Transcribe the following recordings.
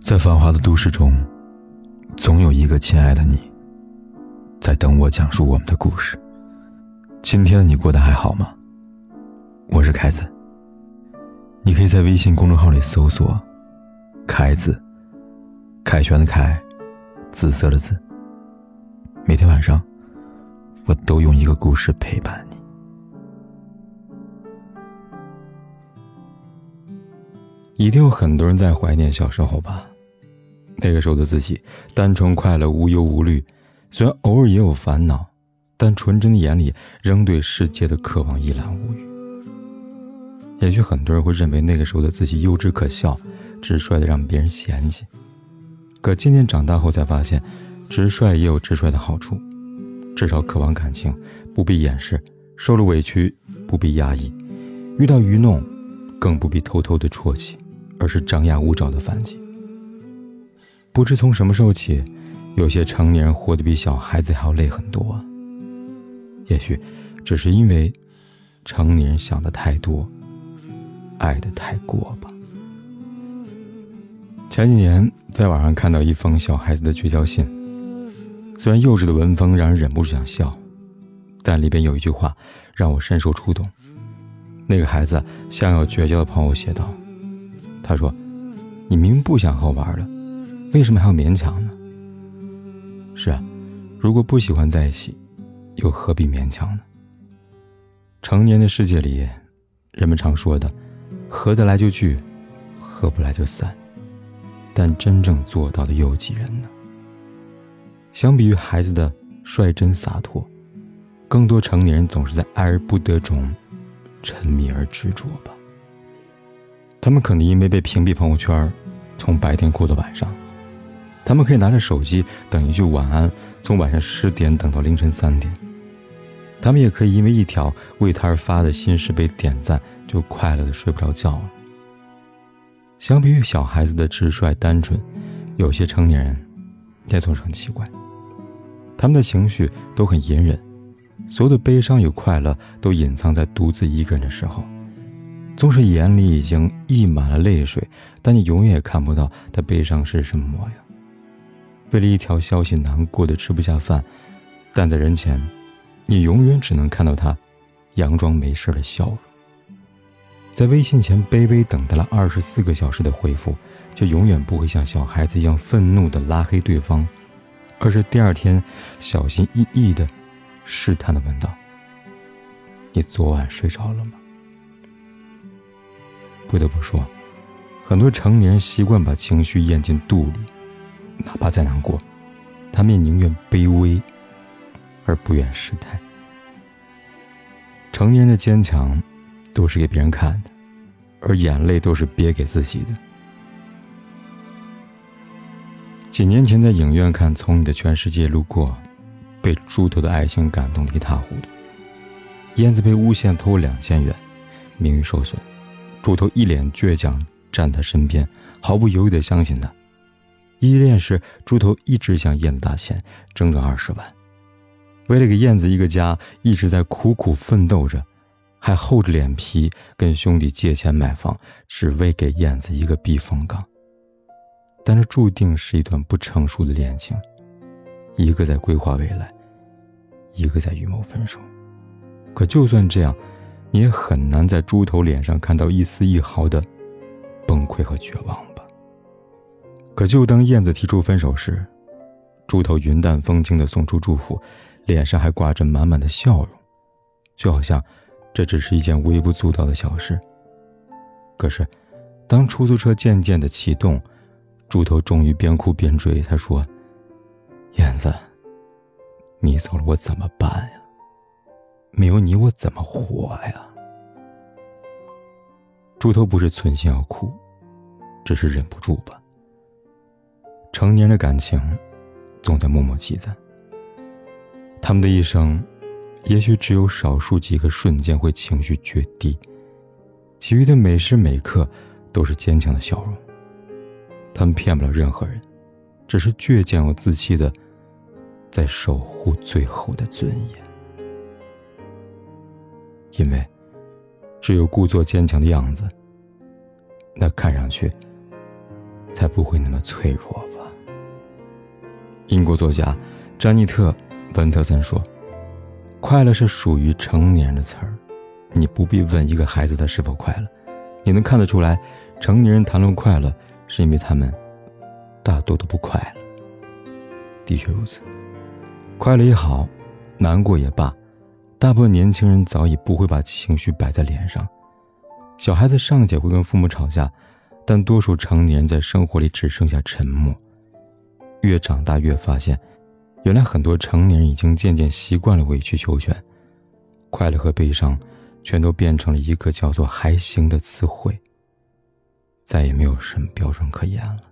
在繁华的都市中，总有一个亲爱的你，在等我讲述我们的故事。今天的你过得还好吗？我是凯子，你可以在微信公众号里搜索凯子，凯旋的凯，紫色的紫。每天晚上我都用一个故事陪伴你。一定有很多人在怀念小时候吧，那个时候的自己单纯快乐，无忧无虑，虽然偶尔也有烦恼，但纯真的眼里仍对世界的渴望一览无余。也许很多人会认为那个时候的自己幼稚可笑，直率的让别人嫌弃，可渐渐长大后才发现，直率也有直率的好处，至少渴望感情不必掩饰，受了委屈不必压抑，遇到愚弄更不必偷偷的啜泣，而是张牙舞爪的反击。不知从什么时候起，有些成年人活得比小孩子还要累很多啊。也许只是因为成年人想的太多，爱的太过吧。前几年在网上看到一封小孩子的绝交信，虽然幼稚的文风让人忍不住想笑，但里边有一句话让我深受触动。那个孩子向要绝交的朋友写道，他说，你明明不想和我玩了，为什么还要勉强呢？是啊，如果不喜欢在一起，又何必勉强呢？成年的世界里，人们常说的合得来就聚，合不来就散，但真正做到的又有几人呢？相比于孩子的率真洒脱，更多成年人总是在爱而不得中沉迷而执着吧。他们可能因为被屏蔽朋友圈，从白天过到晚上，他们可以拿着手机等一句晚安，从晚上10点等到凌晨3点，他们也可以因为一条为他而发的心事被点赞，就快乐的睡不着觉了。相比于小孩子的直率单纯，有些成年人也总是很奇怪，他们的情绪都很隐忍，所有的悲伤与快乐都隐藏在独自一个人的时候，纵使眼里已经溢满了泪水，但你永远也看不到他悲伤是什么模样。为了一条消息难过的吃不下饭，但在人前你永远只能看到他佯装没事的笑容。在微信前卑微等待了24个小时的回复，就永远不会像小孩子一样愤怒地拉黑对方，而是第二天小心翼翼地试探地问道，你昨晚睡着了吗？不得不说，很多成年人习惯把情绪咽进肚里，哪怕再难过，他们也宁愿卑微而不愿失态。成年人的坚强都是给别人看的，而眼泪都是憋给自己的。几年前在影院看《从你的全世界路过》，被猪头的爱情感动得一塌糊涂。燕子被诬陷偷2000元，名誉受损，猪头一脸倔强站他身边，毫不犹豫地相信他。依恋时，猪头一直向燕子打钱，整整20万。为了给燕子一个家，一直在苦苦奋斗着，还厚着脸皮跟兄弟借钱买房，只为给燕子一个避风港。但这注定是一段不成熟的恋情，一个在规划未来，一个在预谋分手。可就算这样，你也很难在猪头脸上看到一丝一毫的崩溃和绝望吧。可就当燕子提出分手时，猪头云淡风轻地送出祝福，脸上还挂着满满的笑容，就好像这只是一件微不足道的小事。可是当出租车渐渐地启动，猪头终于边哭边追，他说，燕子，你走了我怎么办呀？没有你我怎么活呀？猪头不是存心要哭，只是忍不住吧。成年人的感情总在默默积攒，他们的一生也许只有少数几个瞬间会情绪决堤，其余的每时每刻都是坚强的笑容。他们骗不了任何人，只是倔强又自欺的在守护最后的尊严。因为只有故作坚强的样子，那看上去才不会那么脆弱吧。英国作家詹妮特·文特森说，快乐是属于成年人的词儿，你不必问一个孩子他是否快乐，你能看得出来，成年人谈论快乐是因为他们大多都不快乐。的确如此，快乐也好，难过也罢，大部分年轻人早已不会把情绪摆在脸上。小孩子尚且会跟父母吵架，但多数成年人在生活里只剩下沉默。越长大越发现，原来很多成年人已经渐渐习惯了委曲求全，快乐和悲伤全都变成了一个叫做还行的词汇，再也没有什么标准可言了。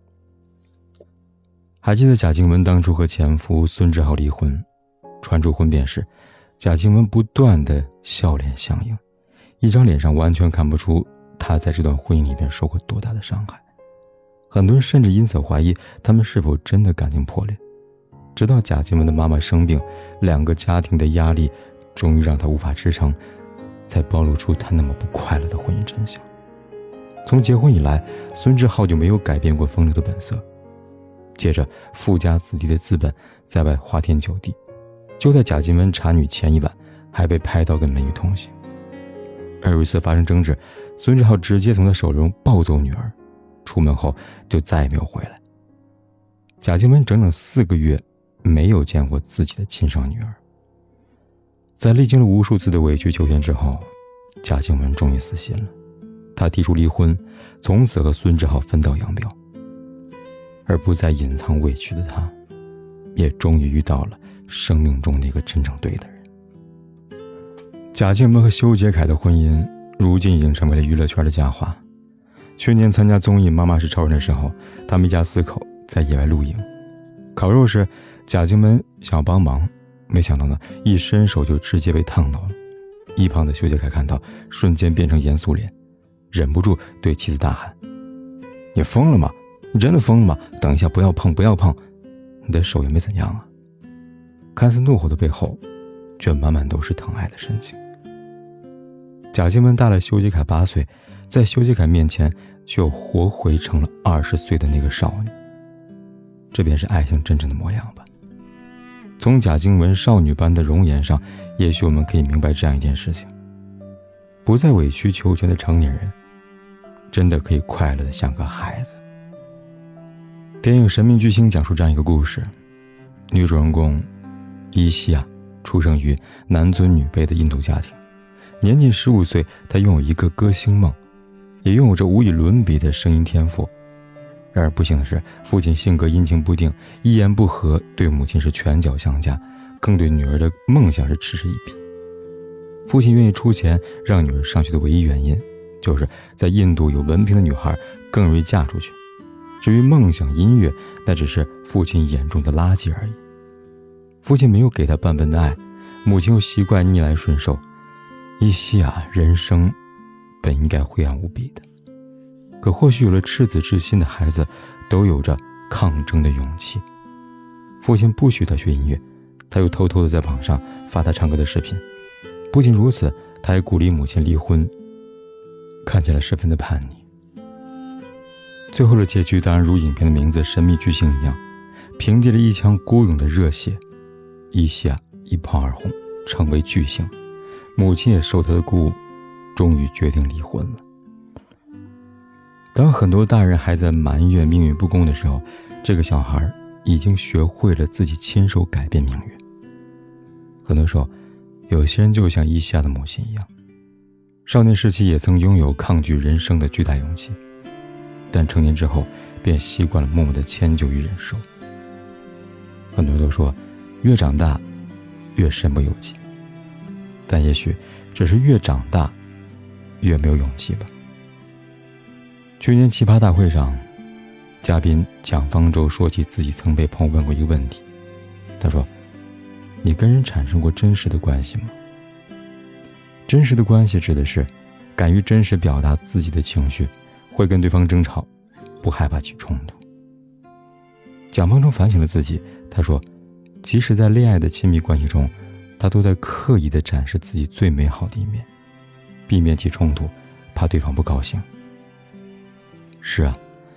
还记得贾静雯当初和前夫孙志浩离婚，传出婚变时，贾静雯不断的笑脸相迎，一张脸上完全看不出她在这段婚姻里边受过多大的伤害。很多人甚至因此怀疑他们是否真的感情破裂。直到贾静雯的妈妈生病，两个家庭的压力终于让她无法支撑，才暴露出她那么不快乐的婚姻真相。从结婚以来，孙志浩就没有改变过风流的本色，借着富家子弟的资本在外花天酒地，就在贾静雯产女前一晚还被拍到跟美女同行。而有一次发生争执，孙志浩直接从他手中抱走女儿，出门后就再也没有回来。贾静雯整整4个月没有见过自己的亲生女儿。在历经了无数次的委曲求全之后，贾静雯终于死心了，她提出离婚，从此和孙志浩分道扬镳。而不再隐藏委屈的她，也终于遇到了生命中那个真正对的人。贾静雯和修杰楷的婚姻如今已经成为了娱乐圈的佳话。去年参加综艺《妈妈是超人》的时候，他们一家4口在野外露营，烤肉时贾静雯想要帮忙，没想到呢，一伸手就直接被烫到了。一旁的修杰楷看到，瞬间变成严肃脸，忍不住对妻子大喊：你疯了吗？你真的疯了吗？等一下，不要碰，不要碰，你的手也没怎样啊。看似怒吼的背后，却满满都是疼爱的神情。贾静雯大了修杰楷8岁，在修杰楷面前却又活回成了20岁的那个少女。这便是爱情真正的模样吧。从贾静雯少女般的容颜上，也许我们可以明白这样一件事情：不再委曲求全的成年人，真的可以快乐的像个孩子。电影《神秘巨星》讲述这样一个故事，女主人公伊西亚出生于男尊女卑的印度家庭，年仅15岁，她拥有一个歌星梦，也拥有着无与伦比的声音天赋。然而不幸的是，父亲性格阴晴不定，一言不合对母亲是拳脚相加，更对女儿的梦想是嗤之以鼻。父亲愿意出钱让女儿上学的唯一原因，就是在印度有文凭的女孩更容易嫁出去。至于梦想音乐，那只是父亲眼中的垃圾而已。父亲没有给他半分的爱，母亲又习惯逆来顺受。伊西亚人生本应该灰暗无比的，可或许有了赤子之心的孩子都有着抗争的勇气。父亲不许他学音乐，他又偷偷地在网上发他唱歌的视频。不仅如此，他还鼓励母亲离婚，看起来十分的叛逆。最后的结局当然如影片的名字《神秘巨星》一样，凭借着一腔孤勇的热血，伊西亚一炮而红，成为巨星。母亲也受他的鼓舞，终于决定离婚了。当很多大人还在埋怨命运不公的时候，这个小孩已经学会了自己亲手改变命运。很多时候，有些人就像伊西亚的母亲一样，少年时期也曾拥有抗拒人生的巨大勇气，但成年之后便习惯了默默的迁就与忍受。很多人都说越长大越身不由己，但也许只是越长大越没有勇气吧。去年奇葩大会上，嘉宾蒋方舟说起自己曾被朋友问过一个问题，他说：你跟人产生过真实的关系吗？真实的关系指的是敢于真实表达自己的情绪，会跟对方争吵，不害怕起冲突。蒋方舟反省了自己，他说即使在恋爱的亲密关系中，他都在刻意地展示自己最美好的一面，避免起冲突，怕对方不高兴。是啊，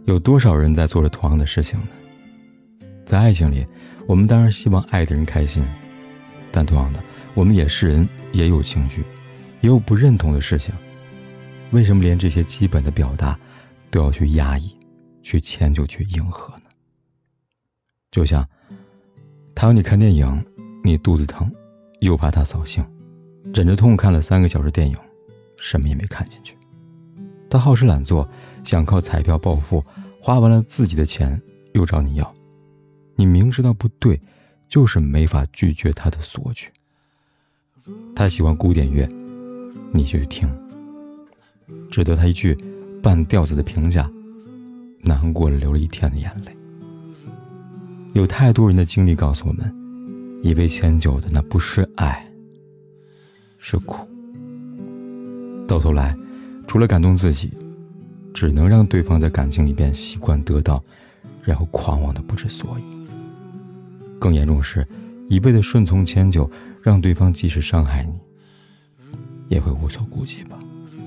有多少人在做着同样的事情呢？在爱情里，我们当然希望爱的人开心，但同样的，我们也是人，也有情绪，也有不认同的事情。为什么连这些基本的表达都要去压抑，去迁就，去迎合呢？就像他要你看电影，你肚子疼，又怕他扫兴，忍着痛看了3个小时电影，什么也没看进去。他好吃懒做，想靠彩票暴富，花完了自己的钱又找你要，你明知道不对，就是没法拒绝他的索取。他喜欢古典乐，你就去听，只得他一句半吊子的评价，难过了流了一天的眼泪。有太多人的经历告诉我们，一味迁就的那不是爱，是苦。到头来，除了感动自己，只能让对方在感情里边习惯得到，然后狂妄的不知所以。更严重是，一味的顺从迁就，让对方即使伤害你，也会无所顾忌吧。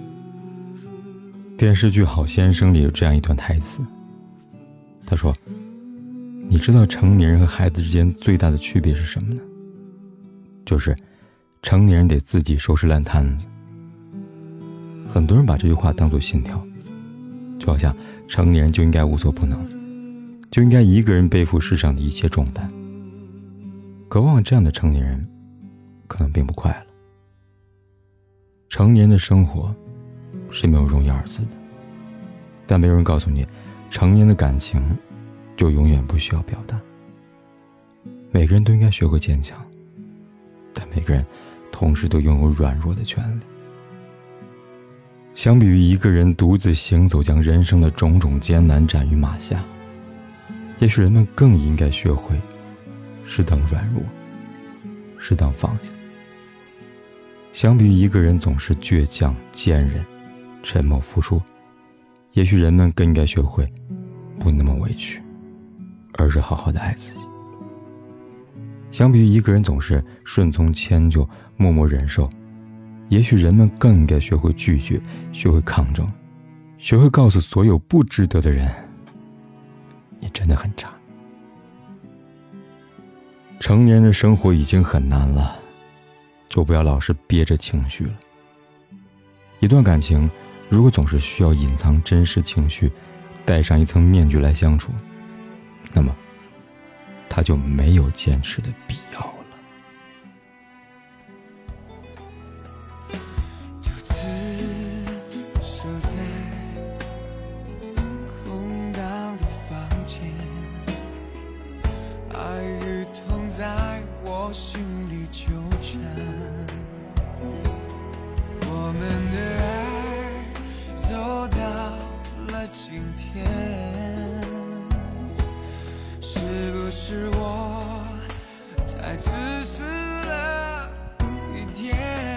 电视剧《好先生》里有这样一段台词，他说：你知道成年人和孩子之间最大的区别是什么呢？就是成年人得自己收拾烂摊子。很多人把这句话当作信条，就好像成年人就应该无所不能，就应该一个人背负世上的一切重担。可往往这样的成年人可能并不快乐。成年人的生活是没有容易二字的，但没有人告诉你，成年的感情就永远不需要表达。每个人都应该学会坚强，但每个人同时都拥有软弱的权利。相比于一个人独自行走，将人生的种种艰难斩于马下，也许人们更应该学会适当软弱，适当放下。相比于一个人总是倔强坚韧沉默付出，也许人们更应该学会不那么委屈，而是好好的爱自己。相比于一个人总是顺从迁就默默忍受，也许人们更应该学会拒绝，学会抗争，学会告诉所有不值得的人，你真的很差。成年人的生活已经很难了，就不要老是憋着情绪了。一段感情如果总是需要隐藏真实情绪，戴上一层面具来相处，那么他就没有坚持的必要了。 独自守在空荡的房间，爱与痛在我心里纠缠，我们的爱走到了今天，是不是我太自私了一点？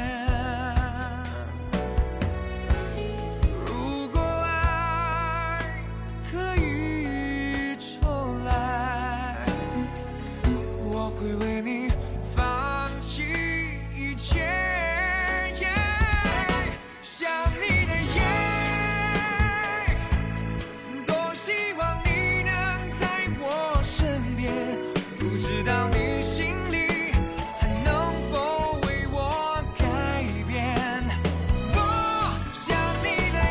如果爱可以重来，我会为你放弃一切。想你的夜，多希望你能在我身边，不知道你心里还能否为我改变。我想你的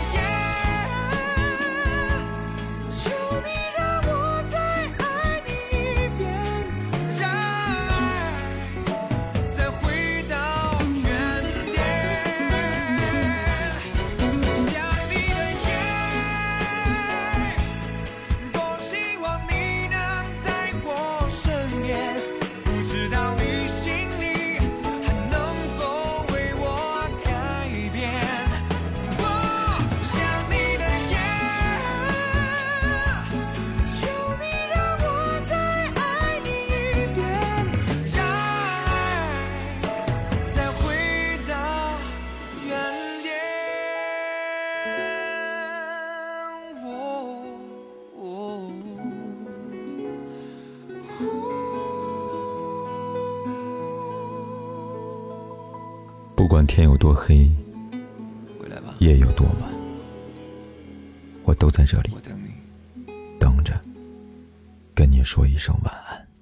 夜，求你让我再爱你一遍，让爱再回到原点。想你的夜，多希望你能在我身边，不知道你心里还能否为我改变。我想你的夜，求你让我再爱你一遍，让爱再回到原点。 不管天有多黑， 回来吧， 夜有多晚，我都在这里我等你。 说一声晚安。